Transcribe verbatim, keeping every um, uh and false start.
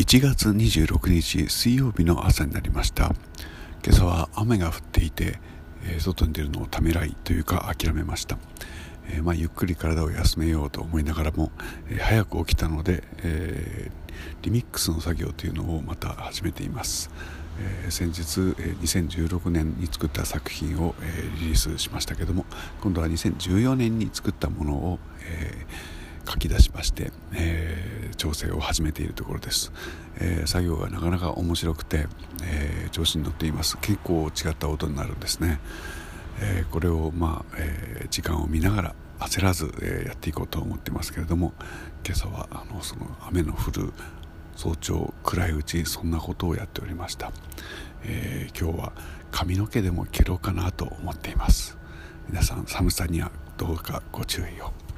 いちがつにじゅうろくにち水曜日の朝になりました。今朝は雨が降っていて、えー、外に出るのをためらいというか諦めました。えーまあ、ゆっくり体を休めようと思いながらも、えー、早く起きたので、えー、リミックスの作業というのをまた始めています。えー、先日、えー、にせんじゅうろくねんに作った作品を、えー、リリースしましたけども、今度はにせんじゅうよねんに作ったものを、えー書き出しまして、えー、調整を始めているところです。えー、作業がなかなか面白くて、えー、調子に乗っています。結構違った音になるんですね。えー、これを、まあえー、時間を見ながら焦らず、えー、やっていこうと思ってますけれども、今朝はあのその雨の降る早朝暗いうちそんなことをやっておりました。えー、今日は髪の毛でも切ろうかなと思っています。皆さん寒さにはどうかご注意を。